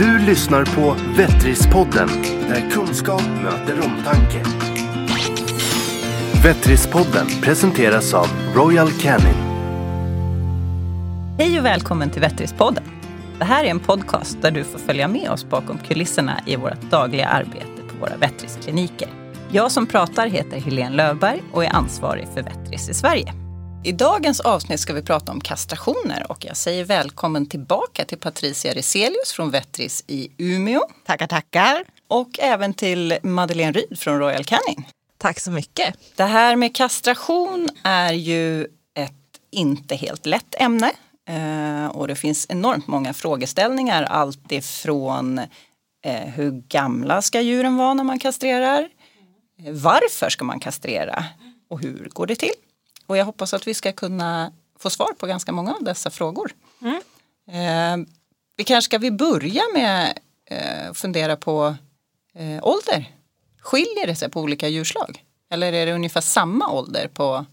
Du lyssnar på Vettrispodden, där kunskap möter omtanke. Vettrispodden presenteras av Royal Canin. Hej och välkommen till Vettrispodden. Det här är en podcast där du får följa med oss bakom kulisserna i vårt dagliga arbete på våra Vettriskliniker. Jag som pratar heter Helene Löfberg och är ansvarig för Vettris i Sverige. I dagens avsnitt ska vi prata om kastrationer och jag säger välkommen tillbaka till Patricia Riselius från Vettris i Umeå. Tackar, tackar. Och även till Madeleine Ryd från Royal Canin. Tack så mycket. Det här med kastration är ju ett inte helt lätt ämne. Och det finns enormt många frågeställningar. Allt ifrån hur gamla ska djuren vara när man kastrerar? Varför ska man kastrera? Och hur går det till? Och jag hoppas att vi ska kunna få svar på ganska många av dessa frågor. Vi kanske ska börja med att fundera på ålder. Skiljer det sig på olika djurslag? Eller är det ungefär samma ålder på...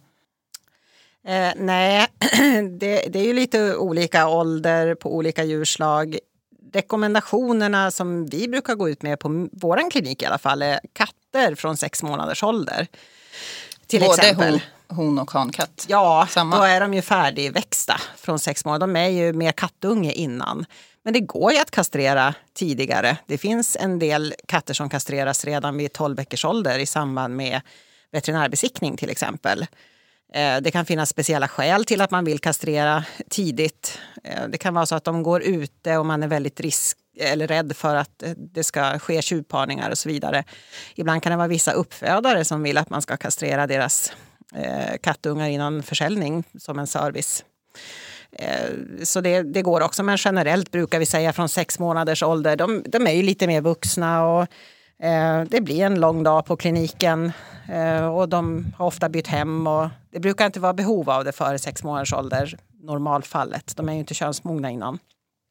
Nej, det är ju lite olika ålder på olika djurslag. Rekommendationerna som vi brukar gå ut med på våran klinik i alla fall är katter från 6 månaders ålder. Till exempel. Både hon och hankatt? Ja, samma. Då är de ju färdigväxta från 6 månader. De är ju mer kattunge innan. Men det går ju att kastrera tidigare. Det finns en del katter som kastreras redan vid 12 veckors ålder i samband med veterinärbesiktning till exempel. Det kan finnas speciella skäl till att man vill kastrera tidigt. Det kan vara så att de går ute och man är väldigt rädd för att det ska ske tjuvparningar och så vidare. Ibland kan det vara vissa uppfödare som vill att man ska kastrera deras kattungar innan försäljning som en service. Så det går också, men generellt brukar vi säga från 6 månaders ålder. De är ju lite mer vuxna och det blir en lång dag på kliniken och de har ofta bytt hem och det brukar inte vara behov av det före 6 månaders ålder, normalfallet. De är ju inte könsmogna innan.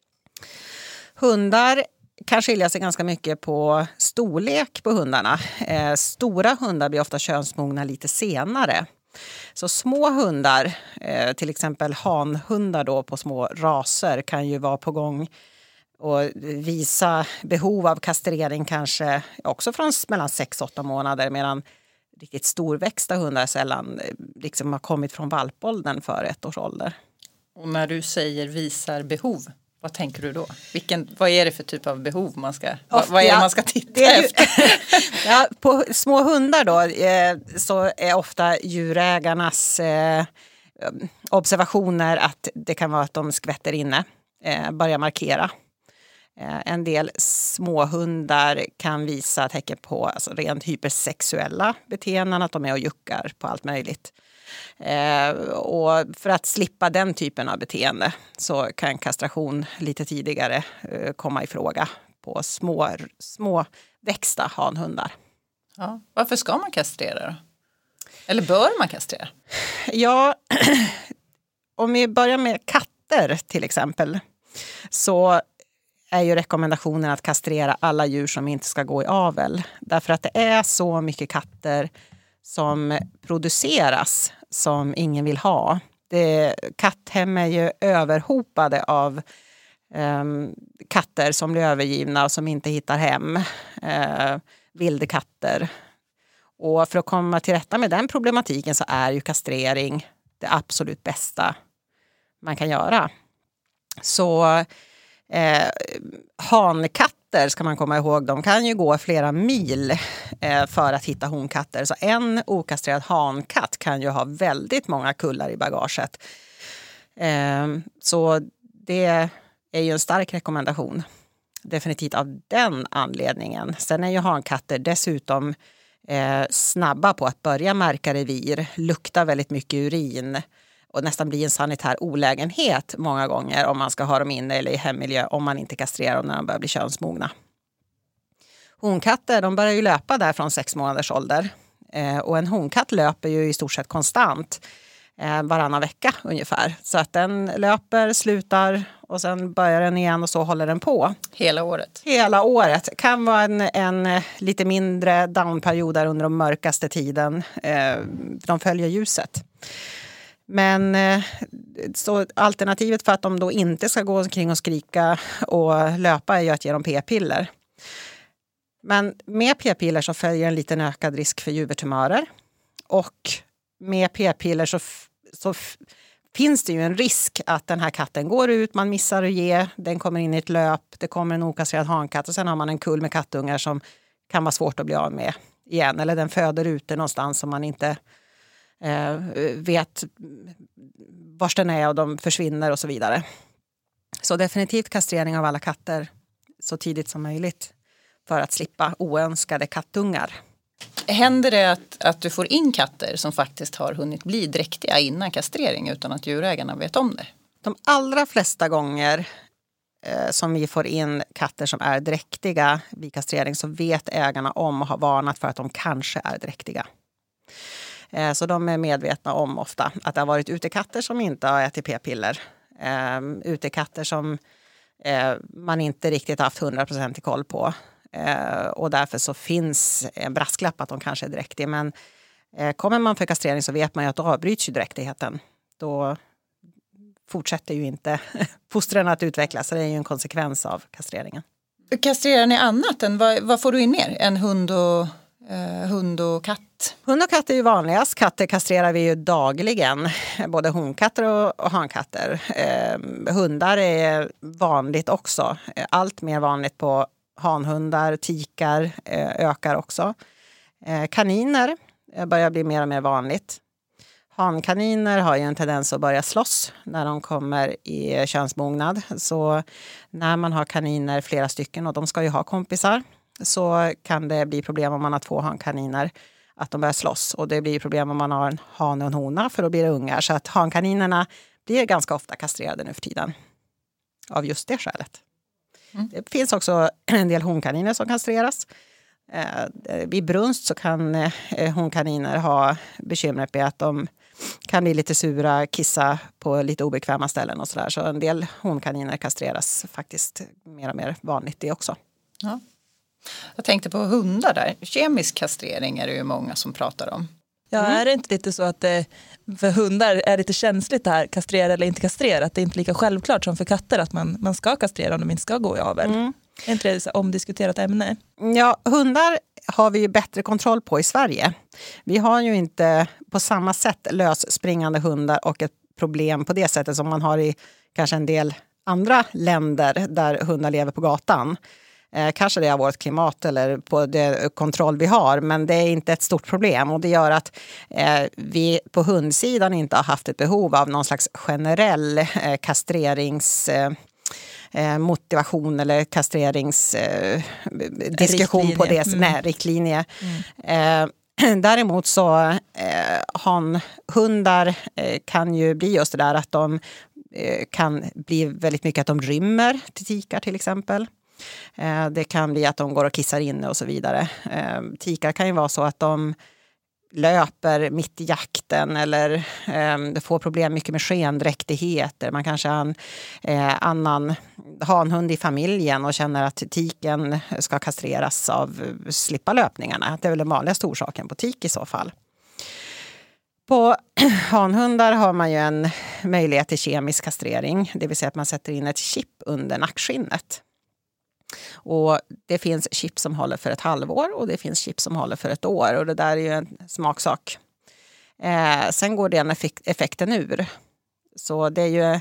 Hundar kan skilja sig ganska mycket på storlek på hundarna. Stora hundar blir ofta könsmogna lite senare. Så små hundar, till exempel hanhundar då på små raser, kan ju vara på gång och visa behov av kastrering kanske också från mellan 6-8 månader, medan riktigt storväxta hundar sällan liksom har kommit från valpåldern för 1 års ålder. Och när du säger visar behov, vad tänker du då? Vad är det för typ av behov man ska, vad är det man ska titta efter? Ja, på små hundar då så är ofta djurägarnas observationer att det kan vara att de skvätter inne, börjar markera. En del småhundar kan visa tecken på alltså rent hypersexuella beteenden, att de är och juckar på allt möjligt. Och för att slippa den typen av beteende så kan kastration lite tidigare komma i fråga på små växta hanhundar. Ja, varför ska man kastrera då? Eller bör man kastrera? Ja, om vi börjar med katter till exempel så är ju rekommendationen att kastrera alla djur som inte ska gå i avel. Därför att det är så mycket katter som produceras som ingen vill ha. Katthem är ju överhopade av katter som blir övergivna och som inte hittar hem. Vilda katter. Och för att komma till rätta med den problematiken så är ju kastrering det absolut bästa man kan göra. Så hankatter ska man komma ihåg, de kan ju gå flera mil för att hitta honkatter. Så en okastrerad hankatt kan ju ha väldigt många kullar i bagaget. Så det är ju en stark rekommendation. Definitivt av den anledningen. Sen är ju hankatter dessutom snabba på att börja märka revir, lukta väldigt mycket urin och nästan bli en sanitär olägenhet många gånger om man ska ha dem inne eller i hemmiljö om man inte kastrerar dem när de börjar bli könsmogna. Honkatter, de börjar ju löpa där från 6 månaders ålder. Och en honkatt löper ju i stort sett konstant varannan vecka ungefär. Så att den löper, slutar och sen börjar den igen och så håller den på. Hela året? Hela året. Kan vara en lite mindre downperiod där under de mörkaste tiden. De följer ljuset. Men så alternativet för att de då inte ska gå omkring och skrika och löpa är ju att ge dem p-piller. Men med p-piller så följer en liten ökad risk för juvärtumörer. Och med p-piller så finns det ju en risk att den här katten går ut, man missar att ge, den kommer in i ett löp, det kommer en okastrerad hankatt och sen har man en kull med kattungar som kan vara svårt att bli av med igen. Eller den föder ute någonstans som man inte vet var den är och de försvinner och så vidare. Så definitivt kastrering av alla katter så tidigt som möjligt för att slippa oönskade kattungar. Händer det att du får in katter som faktiskt har hunnit bli dräktiga innan kastrering utan att djurägarna vet om det? De allra flesta gånger som vi får in katter som är dräktiga vid kastrering så vet ägarna om och har varnat för att de kanske är dräktiga. Så de är medvetna om ofta att det har varit utekatter som inte har ätit p-piller. Utekatter som man inte riktigt haft 100% koll på. Och därför så finns en brasklapp att de kanske är dräktiga. Men kommer man för kastrering så vet man ju att då avbryts ju dräktigheten. Då fortsätter ju inte fostren att utvecklas. Så det är ju en konsekvens av kastreringen. Kastrerar ni annat än vad får du in mer än hund och katt? Hund och katt är ju vanligast. Katter kastrerar vi ju dagligen. Både honkatter och hankatter. Hundar är vanligt också. Allt mer vanligt på hanhundar, tikar ökar också. Kaniner börjar bli mer och mer vanligt. Hankaniner har ju en tendens att börja slåss när de kommer i könsmognad. Så när man har kaniner, flera stycken, och de ska ju ha kompisar, så kan det bli problem om man har 2 hankaniner att de börjar slåss. Och det blir problem om man har en hane och en hona, för då blir det ungar. Så att hankaninerna blir ganska ofta kastrerade nu för tiden av just det skälet. Det finns också en del honkaniner som kastreras. Vid brunst så kan honkaniner ha bekymret med att de kan bli lite sura, kissa på lite obekväma ställen och sådär. Så en del honkaniner kastreras faktiskt mer och mer vanligt det också. Ja. Jag tänkte på hundar där. Kemisk kastrering är det ju många som pratar om. Ja, är det inte lite så att för hundar är lite känsligt det här kastrera eller inte kastrera? Att det är inte lika självklart som för katter att man ska kastrera om de inte ska gå i avel. Är inte det ett omdiskuterat ämne? Ja, hundar har vi ju bättre kontroll på i Sverige. Vi har ju inte på samma sätt lösspringande hundar och ett problem på det sättet som man har i kanske en del andra länder där hundar lever på gatan. Kanske det är vårt klimat eller på det kontroll vi har, men det är inte ett stort problem. Och det gör att vi på hundsidan inte har haft ett behov av någon slags generell kastreringsmotivation eller kastreringsdiskussion på det. Nej, riktlinje. Däremot så hundar kan ju bli just det där att de kan bli väldigt mycket att de rymmer till tikar till exempel. Det kan bli att de går och kissar inne och så vidare. Tikar kan ju vara så att de löper mitt i jakten eller får problem mycket med skendräktigheter. Man kanske har en annan hanhund i familjen och känner att tiken ska kastreras av slippa löpningarna. Det är väl den vanligaste orsaken på tik i så fall. På hanhundar har man ju en möjlighet till kemisk kastrering. Det vill säga att man sätter in ett chip under nackskinnet. Och det finns chip som håller för ett halvår och det finns chip som håller för ett år. Och det där är ju en smaksak. Sen går den effekten ur. Så det är ju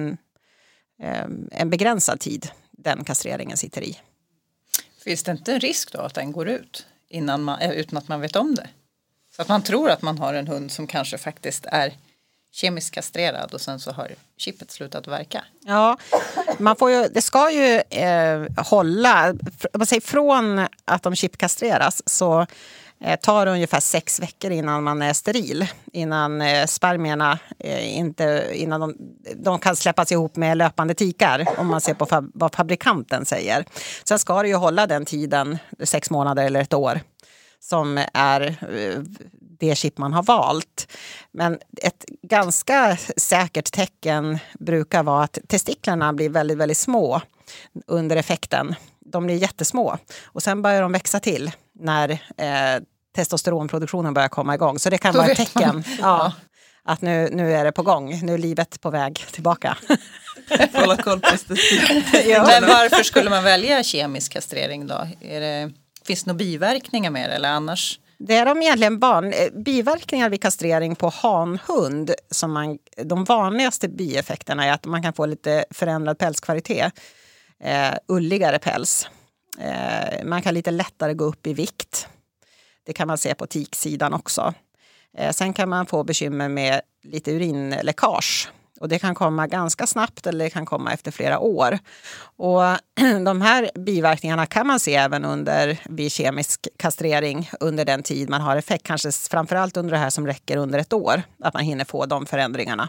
en begränsad tid den kastreringen sitter i. Finns det inte en risk då att den går ut utan att man vet om det? Så att man tror att man har en hund som kanske faktiskt är kemiskt kastrerad och sen så har chippet slutat verka. Ja, det ska ju hålla, man säger från att de chipkastreras så tar det ungefär 6 veckor innan man är steril. Innan spermierna innan de kan släppas ihop med löpande tikar om man ser på vad fabrikanten säger. Sen ska det ju hålla den tiden, 6 månader eller ett år, som är det chip man har valt. Men ett ganska säkert tecken brukar vara att testiklarna blir väldigt, väldigt små under effekten. De blir jättesmå och sen börjar de växa till när testosteronproduktionen börjar komma igång. Så det kan vara ett tecken att nu är det på gång, nu är livet på väg tillbaka. Hålla koll på Men varför skulle man välja kemisk kastrering då? Finns det några biverkningar med det eller annars? Det är egentligen biverkningar vid kastrering på hanhund. De vanligaste bieffekterna är att man kan få lite förändrad pälskvalitet. Ulligare päls. Man kan lite lättare gå upp i vikt. Det kan man se på tiksidan också. Sen kan man få bekymmer med lite urinläckage. Och det kan komma ganska snabbt eller det kan komma efter flera år. Och de här biverkningarna kan man se även vid kemisk kastrering under den tid man har effekt. Kanske framförallt under det här som räcker under ett år. Att man hinner få de förändringarna.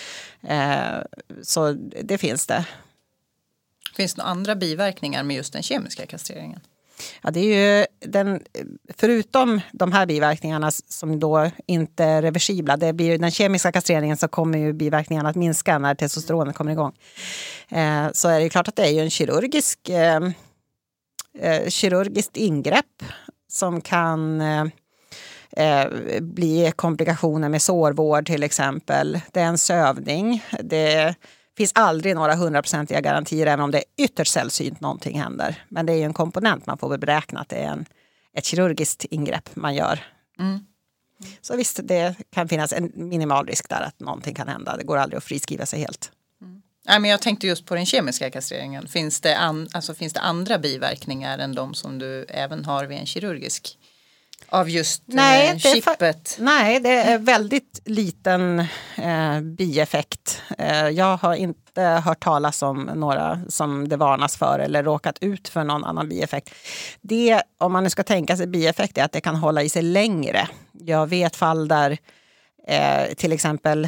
Så det finns det. Finns det några andra biverkningar med just den kemiska kastreringen? Ja, det är ju förutom de här biverkningarna som då inte är reversibla, det blir den kemiska kastreringen, så kommer ju biverkningarna att minska när testosteronet kommer igång. Så är det klart att det är ju en kirurgiskt ingrepp som kan bli komplikationer med sårvård till exempel. Det är en sövning. Det finns aldrig några 100% garantier även om det är ytterst sällsynt någonting händer. Men det är ju en komponent man får väl beräkna att det är ett kirurgiskt ingrepp man gör. Mm. Så visst, det kan finnas en minimal risk där att någonting kan hända. Det går aldrig att friskriva sig helt. Nej, men jag tänkte just på den kemiska kastreringen. Finns det andra biverkningar än de som du även har vid en kirurgisk? Av just chippet? Nej, det är väldigt liten bieffekt. Jag har inte hört talas om några som det varnas för eller råkat ut för någon annan bieffekt. Det, om man nu ska tänka sig bieffekt, är att det kan hålla i sig längre. Jag vet fall där till exempel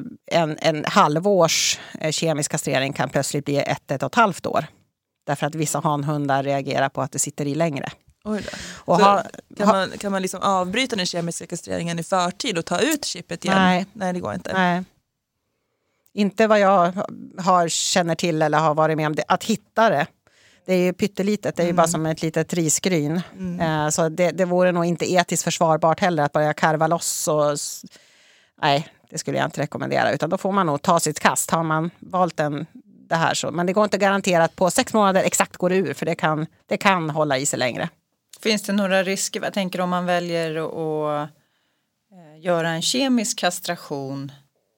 en halvårs kemisk kastrering kan plötsligt bli 1,5 år. Därför att vissa hanhundar reagerar på att det sitter i längre. Oj då. Kan man liksom avbryta den kemiska kastreringen i förtid och ta ut chippet igen? Nej, det går inte. Nej. Inte vad jag känner till eller har varit med om. Att hitta det. Det är ju pyttelitet. Det är ju bara som ett litet risgryn. Så det vore nog inte etiskt försvarbart heller att börja karva loss. Nej, det skulle jag inte rekommendera. Utan då får man nog ta sitt kast. Har man valt det här så. Men det går inte garanterat på 6 månader exakt går det ur. För det kan hålla i sig längre. Finns det några risker? Jag tänker om man väljer att göra en kemisk kastration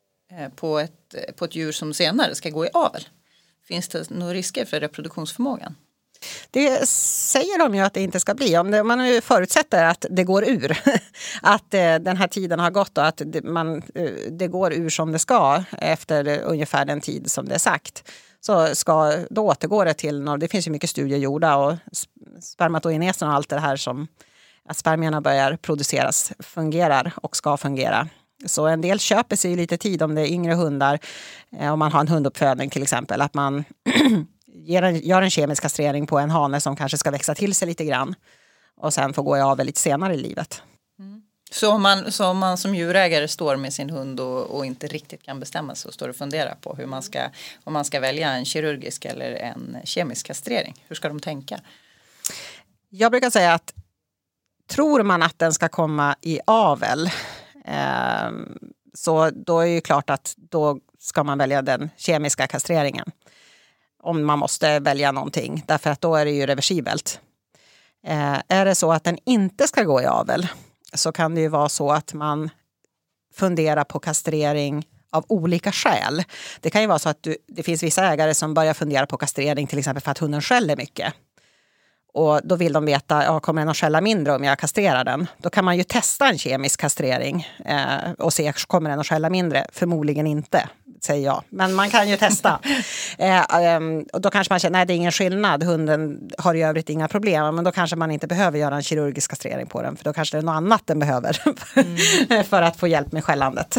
på ett djur som senare ska gå i avel. Finns det några risker för reproduktionsförmågan? Det säger de ju att det inte ska bli. Om man nu förutsätter att det går ur. Att den här tiden har gått och att det går ur som det ska efter ungefär den tid som det är sagt. Så då återgår det till, det finns ju mycket studier gjorda och spermatogenesen och allt det här som att spermierna börjar produceras fungerar och ska fungera. Så en del köper sig lite tid om det är yngre hundar, om man har en hunduppfödning till exempel, att man gör en kemisk kastrering på en hane som kanske ska växa till sig lite grann och sen får gå i avel lite senare i livet. Så om man som djurägare står med sin hund och inte riktigt kan bestämma sig och står och funderar på om man ska välja en kirurgisk eller en kemisk kastrering, hur ska de tänka? Jag brukar säga att tror man att den ska komma i avel, så då är det klart att då ska man välja den kemiska kastreringen. Om man måste välja någonting, därför att då är det ju reversibelt. Är det så att den inte ska gå i avel, så kan det ju vara så att man funderar på kastrering av olika skäl. Det kan ju vara så att det finns vissa ägare som börjar fundera på kastrering till exempel för att hunden skäller mycket. Och då vill de veta, kommer den att skälla mindre om jag kastrerar den? Då kan man ju testa en kemisk kastrering och se, kommer den att skälla mindre? Förmodligen inte, säger jag. Men man kan ju testa. Och då kanske man känner, nej det är ingen skillnad. Hunden har i övrigt inga problem. Men då kanske man inte behöver göra en kirurgisk kastrering på den. För då kanske det är något annat den behöver för att få hjälp med skällandet.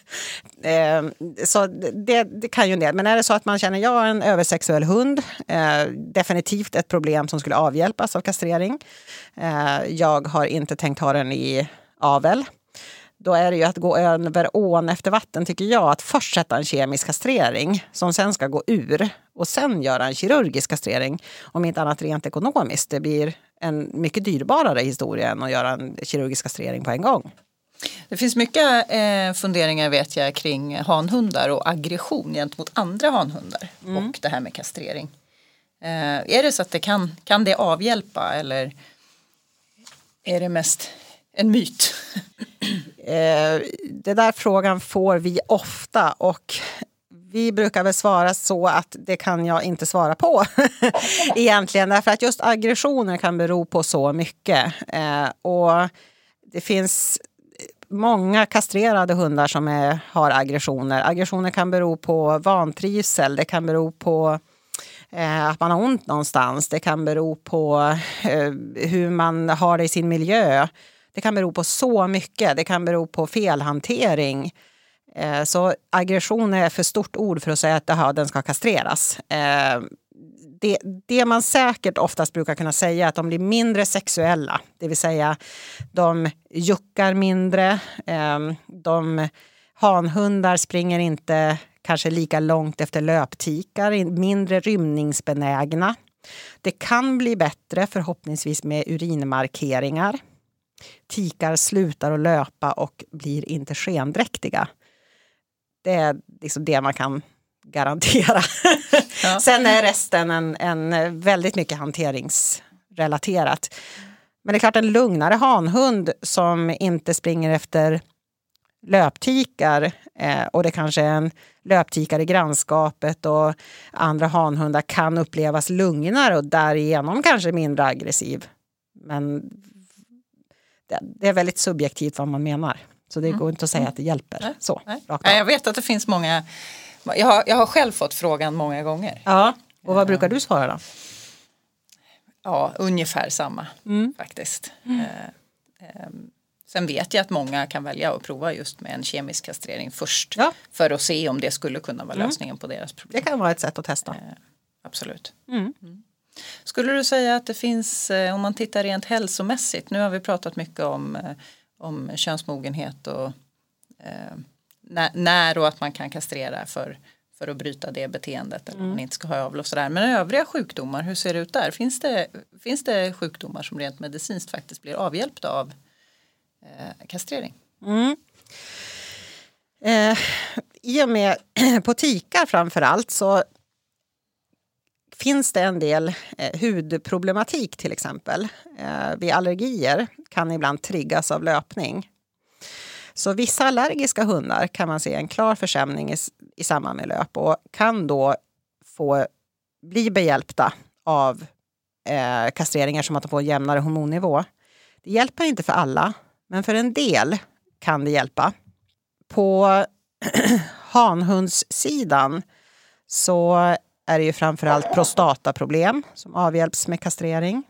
Så det kan ju en del. Men är det så att man känner, jag är en översexuell hund. Definitivt ett problem som skulle avhjälpas av kastrering. Jag har inte tänkt ha den i avel. Då är det ju att gå över ån efter vatten, tycker jag, att först sätta en kemisk kastrering som sen ska gå ur och sen göra en kirurgisk kastrering, om inte annat rent ekonomiskt. Det blir en mycket dyrbarare historia än att göra en kirurgisk kastrering på en gång. Det finns mycket funderingar vet jag kring hanhundar och aggression gentemot andra hanhundar och det här med kastrering. Är det så att det kan det avhjälpa eller är det mest en myt? Det där frågan får vi ofta och vi brukar väl svara så att det kan jag inte svara på egentligen. Därför att just aggressioner kan bero på så mycket. Och det finns många kastrerade hundar som har aggressioner. Aggressioner kan bero på vantrivsel, det kan bero på att man har ont någonstans. Det kan bero på hur man har det i sin miljö. Det kan bero på så mycket. Det kan bero på felhantering. Så aggression är för stort ord för att säga att den ska kastreras. Det man säkert oftast brukar kunna säga är att de blir mindre sexuella. Det vill säga de juckar mindre. Hanhundar springer inte kanske lika långt efter löptikar. Mindre rymningsbenägna. Det kan bli bättre förhoppningsvis med urinmarkeringar. Tikar slutar att löpa och blir inte skendräktiga. Det är liksom det man kan garantera. Ja. Sen är resten en väldigt mycket hanteringsrelaterat. Men det är klart en lugnare hanhund som inte springer efter löptikar och det kanske är en löptikar i grannskapet och andra hanhundar kan upplevas lugnare och därigenom kanske mindre aggressiv. Men det är väldigt subjektivt vad man menar. Så det går inte att säga att det hjälper. Nej. Så, Nej. Jag vet att det finns många. Jag har själv fått frågan många gånger. Ja, och vad brukar du svara då? Ja, ungefär samma faktiskt. Sen vet jag att många kan välja att prova just med en kemisk kastrering först. Ja. För att se om det skulle kunna vara lösningen på deras problem. Det kan vara ett sätt att testa. Absolut. Skulle du säga att det finns, om man tittar rent hälsomässigt, nu har vi pratat mycket om könsmogenhet och när och att man kan kastrera för att bryta det beteendet eller man inte ska ha avel och sådär. Men övriga sjukdomar, hur ser det ut där? Finns det sjukdomar som rent medicinskt faktiskt blir avhjälpta av kastrering? I och med på tikar framförallt så finns det en del hudproblematik till exempel. Vid allergier kan ibland triggas av löpning. Så vissa allergiska hundar kan man se en klar försämring i samband med löp och kan då bli behjälpta av kastreringar som att de får jämnare hormonnivå. Det hjälper inte för alla, men för en del kan det hjälpa. På hanhundssidan så är det ju framförallt prostataproblem som avhjälps med kastrering.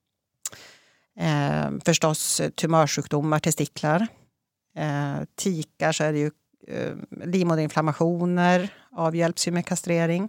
Förstås tumörsjukdomar, testiklar. Tikar så är det ju livmoderinflammationer avhjälps ju med kastrering.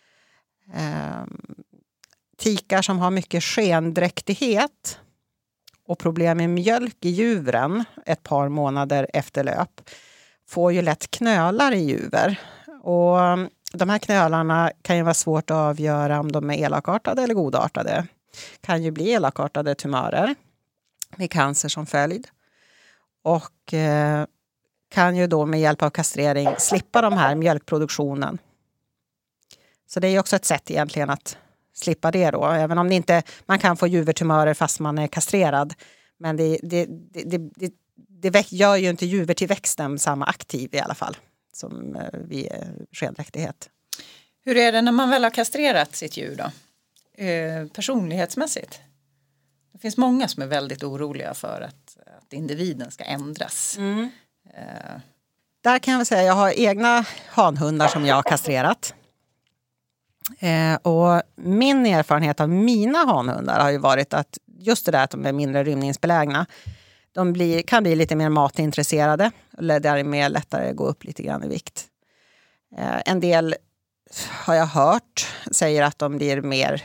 Tikar som har mycket skendräktighet och problem med mjölk i juven ett par månader efter löp får ju lätt knölar i juver. Och de här knölarna kan ju vara svårt att avgöra om de är elakartade eller godartade. Kan ju bli elakartade tumörer med cancer som följd. Och kan ju då med hjälp av kastrering slippa de här mjölkproduktionen. Så det är ju också ett sätt egentligen att slippa det då. Även om det inte, man kan få juvertumörer fast man är kastrerad. Men det gör ju inte juvertillväxten samma aktiv i alla fall som vid skendräktighet. Hur är det när man väl har kastrerat sitt djur då? Personlighetsmässigt? Det finns många som är väldigt oroliga för att individen ska ändras. Där kan jag väl säga att jag har egna hanhundar som jag har kastrerat. Och min erfarenhet av mina hanhundar har ju varit att just det där att de är mindre rymningsbelägna. De kan bli lite mer matintresserade. Eller därmed lättare gå upp lite grann i vikt. En del har jag hört säger att de blir mer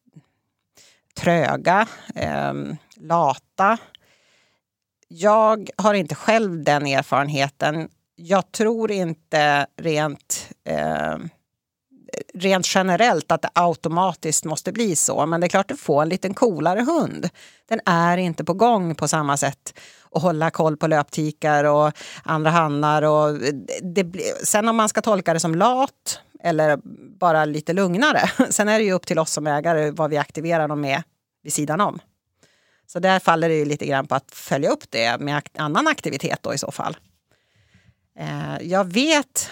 tröga, lata. Jag har inte själv den erfarenheten. Jag tror inte rent rent generellt att det automatiskt måste bli så. Men det är klart att få en liten coolare hund. Den är inte på gång på samma sätt. Och hålla koll på löptikar och andra hannar. Och sen om man ska tolka det som lat eller bara lite lugnare. Sen är det ju upp till oss som ägare vad vi aktiverar dem med vid sidan om. Så där faller det ju lite grann på att följa upp det med annan aktivitet då i så fall. Jag vet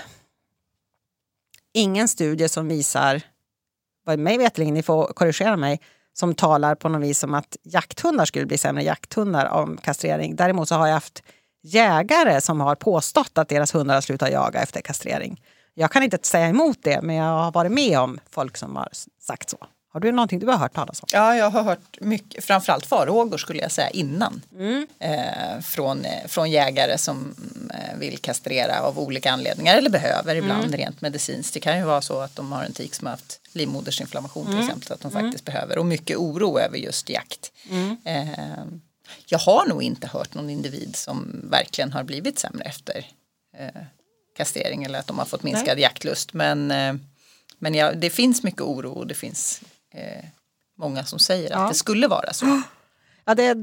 ingen studie som visar, vad mig vetligen, ni får korrigera mig, som talar på något vis om att jakthundar skulle bli sämre jakthundar av kastrering. Däremot så har jag haft jägare som har påstått att deras hundar har slutat jaga efter kastrering. Jag kan inte säga emot det, men jag har varit med om folk som har sagt så. Har du någonting du har hört talas om? Ja, jag har hört mycket, framförallt farhågor skulle jag säga innan. Från jägare som vill kastrera av olika anledningar eller behöver ibland rent medicinskt. Det kan ju vara så att de har en tik som har haft livmodersinflammation till exempel, så att de faktiskt behöver. Och mycket oro över just jakt. Jag har nog inte hört någon individ som verkligen har blivit sämre efter kastrering eller att de har fått minskad jaktlust. Men det finns mycket oro och det finns många som säger att det skulle vara så. Ja, det är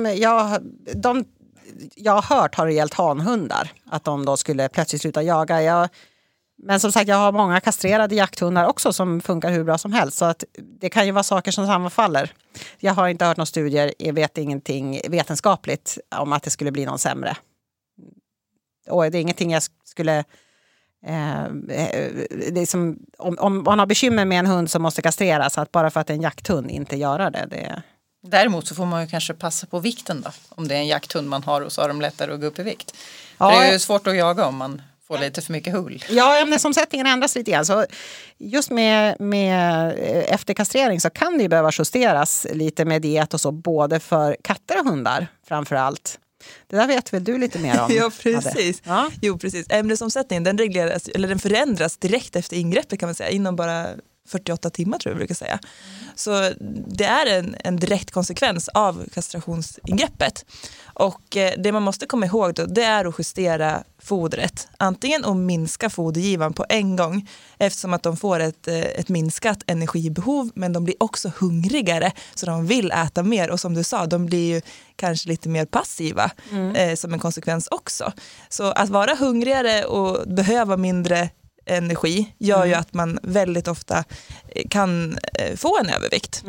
jag har hört har det gällt hanhundar. Att de då skulle plötsligt sluta jaga. Men som sagt, jag har många kastrerade jakthundar också som funkar hur bra som helst. Så att det kan ju vara saker som sammanfaller. Jag har inte hört några studier, jag vet ingenting vetenskapligt om att det skulle bli någon sämre. Och det är ingenting jag skulle... det är som, om man har bekymmer med en hund som måste kastreras, att bara för att en jakthund inte gör det. Däremot så får man ju kanske passa på vikten då. Om det är en jakthund man har och så har de lättare att gå upp i vikt. För det är ju svårt att jaga om man får lite för mycket hull. Ja, men som sättningen ändras lite grann. Så just med efterkastrering så kan det ju behöva justeras lite med diet och så, både för katter och hundar framför allt. Det där vet väl du lite mer om? Ja, precis. Ja. Jo, precis. Ämnesomsättningen, den förändras direkt efter ingreppet kan man säga, inom bara 48 timmar tror jag brukar säga. Så det är en direkt konsekvens av kastrationsingreppet. Och det man måste komma ihåg då, det är att justera fodret. Antingen att minska fodergivan på en gång, eftersom att de får ett minskat energibehov, men de blir också hungrigare så de vill äta mer. Och som du sa, de blir ju kanske lite mer passiva som en konsekvens också. Så att vara hungrigare och behöva mindre energi gör ju att man väldigt ofta kan få en övervikt.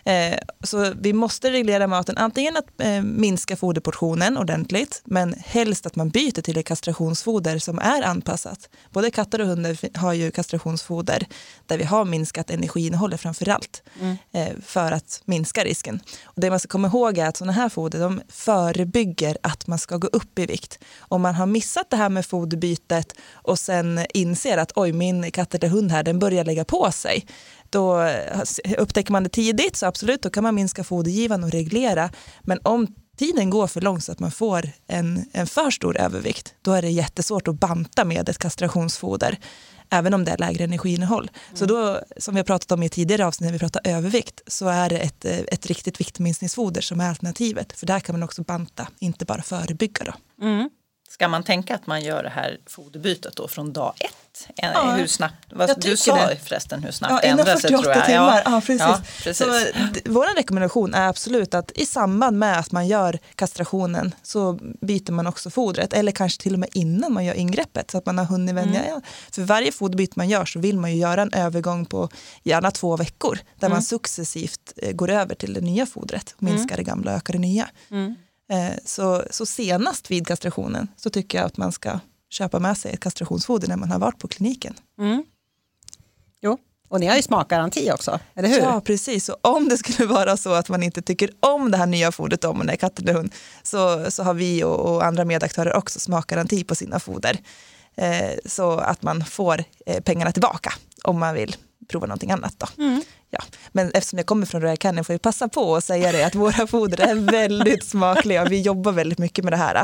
Så vi måste reglera maten, antingen att minska foderportionen ordentligt, men helst att man byter till ett kastrationsfoder som är anpassat. Både katter och hundar har ju kastrationsfoder där vi har minskat energiinnehållet framförallt för att minska risken. Och det man ska komma ihåg är att sådana här foder, de förebygger att man ska gå upp i vikt. Om man har missat det här med foderbytet och sen inser att oj, min katt eller hund här, den börjar lägga på sig. Då upptäcker man det tidigt, så absolut, då kan man minska fodergivan och reglera. Men om tiden går för långt så att man får en för stor övervikt, då är det jättesvårt att banta med ett kastrationsfoder, även om det är lägre energiinnehåll. Så då, som vi har pratat om i tidigare avsnitt när vi pratar övervikt, så är det ett riktigt viktminskningsfoder som är alternativet. För där kan man också banta, inte bara förebygga då. Ska man tänka att man gör det här foderbytet då från dag 1? Hur snabbt? Du sa det förresten hur snabbt det ändras, tror jag. 48 timmar. Ja, precis. Ja, precis. Så vår rekommendation är absolut att i samband med att man gör kastrationen så byter man också fodret. Eller kanske till och med innan man gör ingreppet, så att man har hunnit vänja. För varje foderbyte man gör så vill man ju göra en övergång på gärna 2 veckor. Där man successivt går över till det nya fodret. Minskar det gamla och ökar det nya. Så senast vid kastrationen så tycker jag att man ska köpa med sig ett kastrationsfoder när man har varit på kliniken. Jo, och ni har ju smakgaranti också, eller hur? Ja, precis. Och om det skulle vara så att man inte tycker om det här nya fodret, om man är katt eller hund, så har vi och andra medaktörer också smakgaranti på sina foder. Så att man får pengarna tillbaka om man vill prova någonting annat då. Ja. Men eftersom jag kommer från Royal Canin får vi passa på att säga det, att våra foder är väldigt smakliga och vi jobbar väldigt mycket med det här.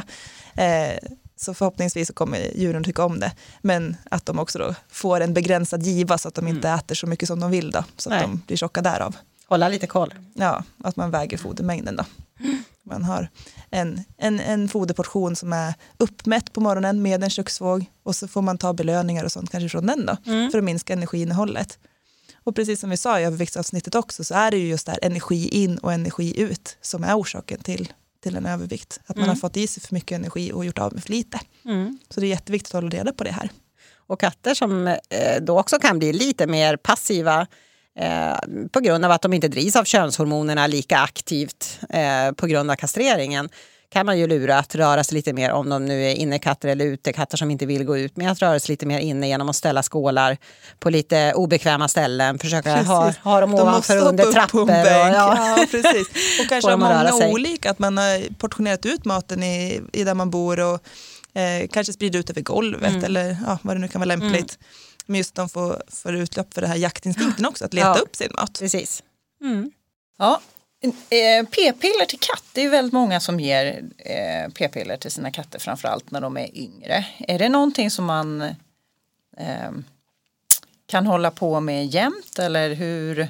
Så förhoppningsvis så kommer djuren tycka om det. Men att de också då får en begränsad giva så att de inte äter så mycket som de vill då. Så att de blir tjocka därav. Hålla lite koll. Ja, att man väger fodermängden då. Man har en foderportion som är uppmätt på morgonen med en köksvåg och så får man ta belöningar och sånt kanske från den då för att minska energiinnehållet. Och precis som vi sa i överviktsavsnittet också så är det ju just där energi in och energi ut som är orsaken till en övervikt. Att man har fått i sig för mycket energi och gjort av med för lite. Så det är jätteviktigt att hålla reda på det här. Och katter som då också kan bli lite mer passiva på grund av att de inte drivs av könshormonerna lika aktivt på grund av kastreringen, kan man ju lura att röra sig lite mer, om de nu är innekatter eller utekatter som inte vill gå ut, med att röra sig lite mer inne genom att ställa skålar på lite obekväma ställen, försöka ha dem ovanför under trappor. Ja, precis. Och kanske ha många olika, att man har portionerat ut maten i där man bor och kanske sprider ut över golvet eller vad det nu kan vara lämpligt. Men just de får utlopp för det här jaktinstinkten också, att leta upp sin mat. Precis. Ja. P-piller till katt, det är ju väldigt många som ger p-piller till sina katter, framförallt när de är yngre. Är det någonting som man kan hålla på med jämt, eller hur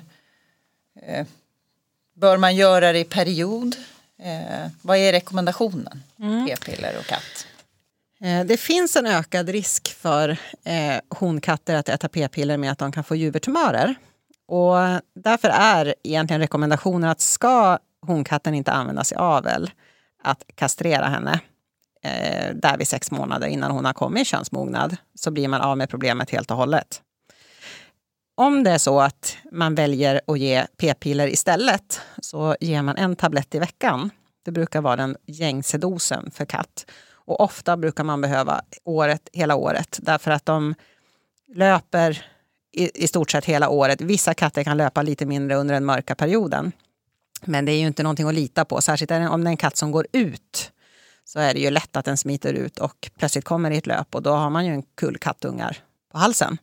bör man göra det i period? Vad är rekommendationen? P-piller och katt? Det finns en ökad risk för honkatter att äta p-piller med att de kan få juvertumörer. Och därför är egentligen rekommendationen att ska honkatten inte användas i avel, att kastrera henne där vid 6 månader innan hon har kommit i könsmognad, så blir man av med problemet helt och hållet. Om det är så att man väljer att ge p-piller istället, så ger man 1 tablett i veckan. Det brukar vara den gängse dosen för katt. Och ofta brukar man behöva hela året, därför att de löper i stort sett hela året. Vissa katter kan löpa lite mindre under den mörka perioden. Men det är ju inte någonting att lita på. Särskilt om det är en katt som går ut, så är det ju lätt att den smiter ut och plötsligt kommer i ett löp. Och då har man ju en kull kattungar på halsen.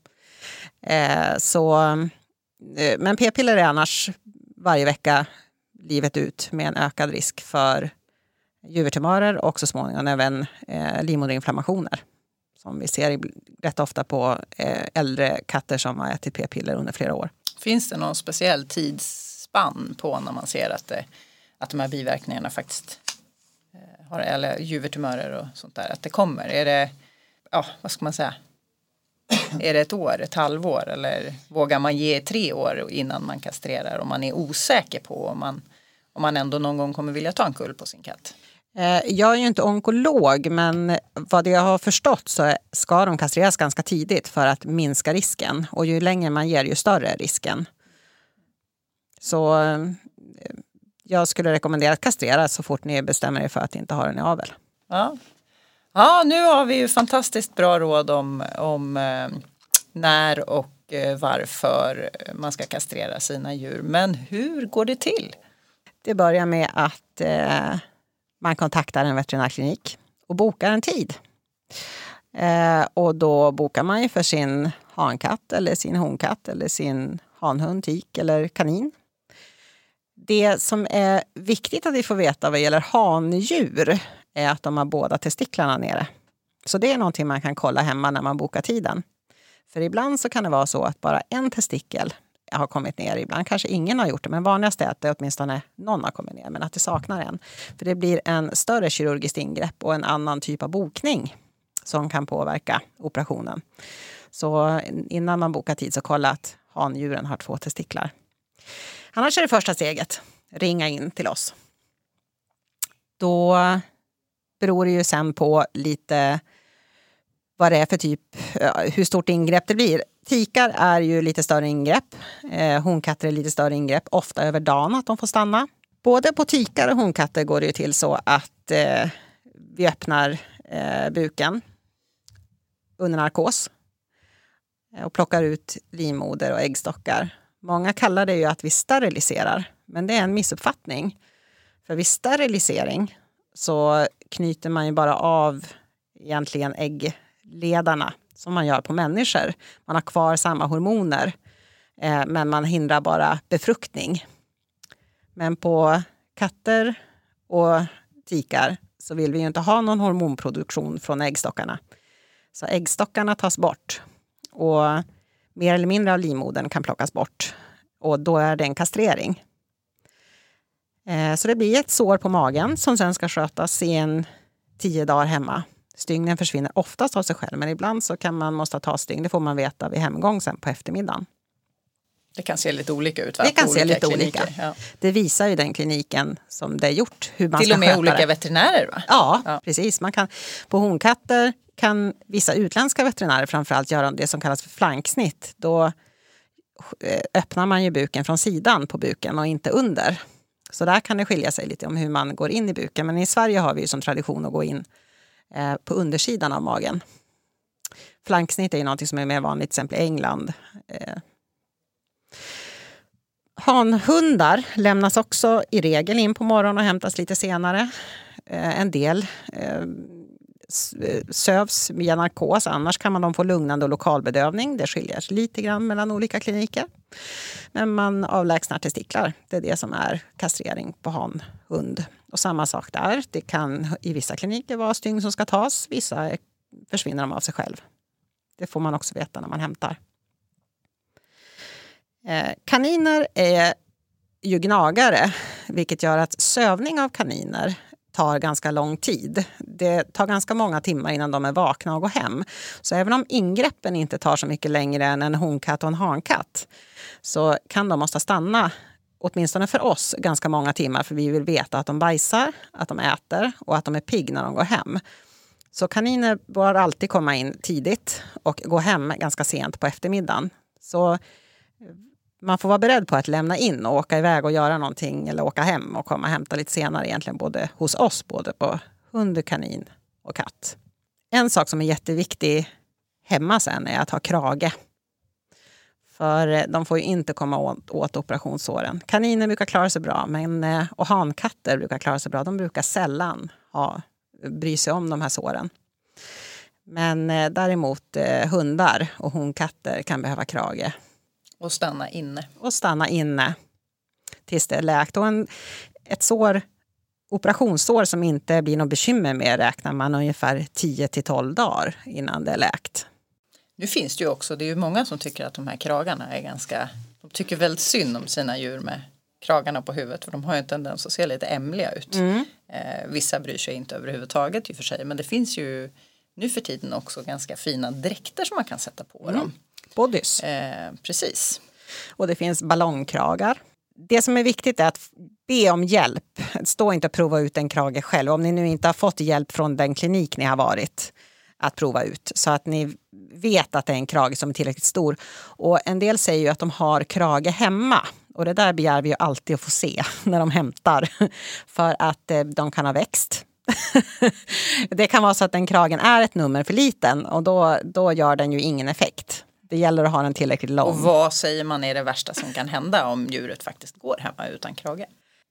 Men p-piller är annars varje vecka livet ut, med en ökad risk för juvertumörer och så småningom även livmoderinflammationer, som vi ser rätt ofta på äldre katter som har ätit p-piller under flera år. Finns det någon speciell tidsspann på när man ser att de här biverkningarna faktiskt har, eller juvertumörer och sånt där, att det kommer? Är det, vad ska man säga? Är det 1 år, 1 halvår, eller vågar man ge 3 år innan man kastrerar, om man är osäker på om man ändå någon gång kommer vilja ta en kull på sin katt? Jag är ju inte onkolog, men vad jag har förstått så ska de kastreras ganska tidigt för att minska risken. Och ju längre man ger, ju större är risken. Så jag skulle rekommendera att kastrera så fort ni bestämmer er för att inte ha den i avel. Ja, nu har vi ju fantastiskt bra råd om när och varför man ska kastrera sina djur. Men hur går det till? Det börjar med att man kontaktar en veterinärklinik och bokar en tid. Och då bokar man ju för sin hankatt eller sin honkatt eller sin hanhund, tik eller kanin. Det som är viktigt att vi får veta vad gäller handjur är att de har båda testiklarna nere. Så det är någonting man kan kolla hemma när man bokar tiden. För ibland så kan det vara så att bara en testikel har kommit ner. Ibland kanske ingen har gjort det, men vanligast är att det åtminstone någon har kommit ner, men att det saknar en. För det blir en större kirurgiskt ingrepp och en annan typ av bokning som kan påverka operationen. Så innan man bokar tid så kolla att handjuren har 2 testiklar. Annars är det första steget, ringa in till oss. Då beror det ju sen på lite vad det är för typ, hur stort ingrepp det blir. Tikar är ju lite större ingrepp. Honkatter är lite större ingrepp. Ofta över dagen att de får stanna. Både på tikar och honkatter går det ju till så att vi öppnar buken under narkos. Och plockar ut livmoder och äggstockar. Många kallar det ju att vi steriliserar. Men det är en missuppfattning. För vid sterilisering så knyter man ju bara av egentligen äggledarna som man gör på människor. Man har kvar samma hormoner, men man hindrar bara befruktning. Men på katter och tikar så vill vi ju inte ha någon hormonproduktion från äggstockarna. Så äggstockarna tas bort och mer eller mindre av livmodern kan plockas bort. Och då är det en kastrering. Så det blir ett sår på magen som sen ska skötas i 10 dagar hemma. Stygnen försvinner oftast av sig själv, men ibland så kan man måste ta stygn. Det får man veta vid hemgång sen på eftermiddagen. Det kan se lite olika ut, va? Det kan se lite kliniker. olika. Ja. Det visar ju den kliniken som det är gjort. Hur man Till ska och med sköta olika det. veterinärer, va? Ja, precis. Man kan, på honkatter kan vissa utländska veterinärer framförallt göra det som kallas för flanksnitt. Då öppnar man ju buken från sidan på buken och inte under. Så där kan det skilja sig lite om hur man går in i buken. Men i Sverige har vi ju som tradition att gå in på undersidan av magen. Flanksnitt är ju något som är mer vanligt till exempel i England. Hanhundar lämnas också i regel in på morgonen och hämtas lite senare. En del sövs via narkos, annars kan man få lugnande och lokalbedövning. Det skiljer sig lite grann mellan olika kliniker. Men man avlägsnar testiklar. Det är det som är kastrering på hanhund. Och samma sak där. Det kan i vissa kliniker vara stygn som ska tas. Vissa försvinner de av sig själv. Det får man också veta när man hämtar. Kaniner är ju gnagare, vilket gör att sövning av kaniner tar ganska lång tid. Det tar ganska många timmar innan de är vakna och går hem. Så även om ingreppen inte tar så mycket längre än en honkatt och en hankatt, så kan de måste stanna, åtminstone för oss, ganska många timmar. För vi vill veta att de bajsar, att de äter och att de är pigg när de går hem. Så kaniner bör alltid komma in tidigt och gå hem ganska sent på eftermiddagen. Så man får vara beredd på att lämna in och åka iväg och göra någonting eller åka hem och komma och hämta lite senare egentligen både hos oss, både på hund, kanin och katt. En sak som är jätteviktig hemma sen är att ha krage. För de får ju inte komma åt operationssåren. Kaniner brukar klara sig bra, och hankatter brukar klara sig bra. De brukar sällan bry sig om de här såren. Men däremot hundar och honkatter kan behöva krage. Och stanna inne. Och stanna inne tills det är läkt. Och ett operationssår som inte blir något bekymmer med räknar man ungefär 10-12 dagar innan det är läkt. Nu finns det ju också, det är ju många som tycker att de här kragarna är de tycker väldigt synd om sina djur med kragarna på huvudet. För de har ju en tendens att se lite ämliga ut. Vissa bryr sig inte överhuvudtaget i och för sig. Men det finns ju nu för tiden också ganska fina dräkter som man kan sätta på dem. Bodys. Precis. Och det finns ballongkragar. Det som är viktigt är att be om hjälp. Stå inte och prova ut en krage själv. Om ni nu inte har fått hjälp från den klinik ni har varit att prova ut. Så att ni vet att det är en krage som är tillräckligt stor. Och en del säger ju att de har krage hemma. Och det där begär vi ju alltid att få se när de hämtar. För att de kan ha växt. Det kan vara så att den kragen är ett nummer för liten. Och då gör den ju ingen effekt. Det gäller att ha den tillräckligt lång. Och vad säger man är det värsta som kan hända om djuret faktiskt går hemma utan krage?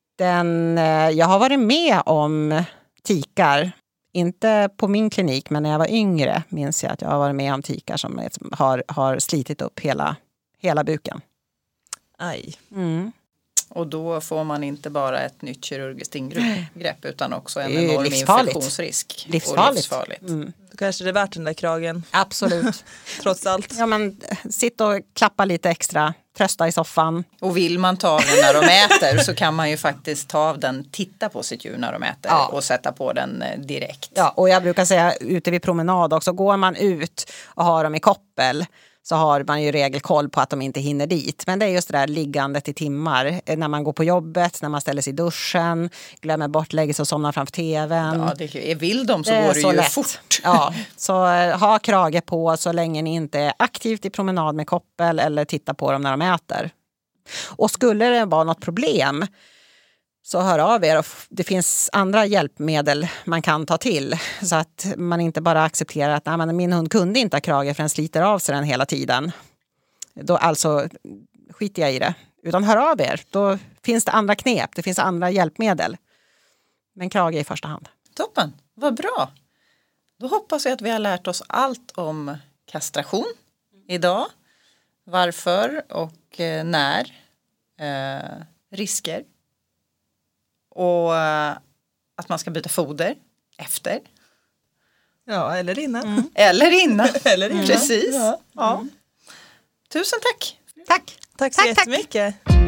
Jag har varit med om tikar. Inte på min klinik, men när jag var yngre minns jag att jag har varit med om tikar som har slitit upp hela buken. Aj. Och då får man inte bara ett nytt kirurgiskt ingrepp utan också en enorm infektionsrisk. Livsfarligt. Då kanske det är värt den där kragen. Absolut. Trots allt. Ja, men sitt och klappa lite extra. Trösta i soffan. Och vill man ta den när de äter så kan man ju faktiskt ta av den, titta på sitt djur när de äter och sätta på den direkt. Ja, och jag brukar säga ute vid promenad också, går man ut och har dem i koppel så har man ju regel koll på att de inte hinner dit. Men det är just det där liggandet i timmar. När man går på jobbet, när man ställer sig i duschen, glömmer bort, lägger sig och somnar framför tvn. Ja, vill de så går det ju lätt. Fort. Ja, så ha krage på så länge ni inte är aktivt i promenad med koppel eller tittar på dem när de äter. Och skulle det vara något problem så hör av er. Det finns andra hjälpmedel man kan ta till. Så att man inte bara accepterar att nej, men min hund kunde inte ha krage för den sliter av sig den hela tiden. Då alltså skiter jag i det. Utan hör av er. Då finns det andra knep. Det finns andra hjälpmedel. Men krage i första hand. Toppen, vad bra. Då hoppas jag att vi har lärt oss allt om kastration idag. Varför och när. Risker. Och att man ska byta foder efter. Ja, eller innan. Eller innan. Eller innan. Precis. Ja. Tusen tack. Tack. Tack så jättemycket.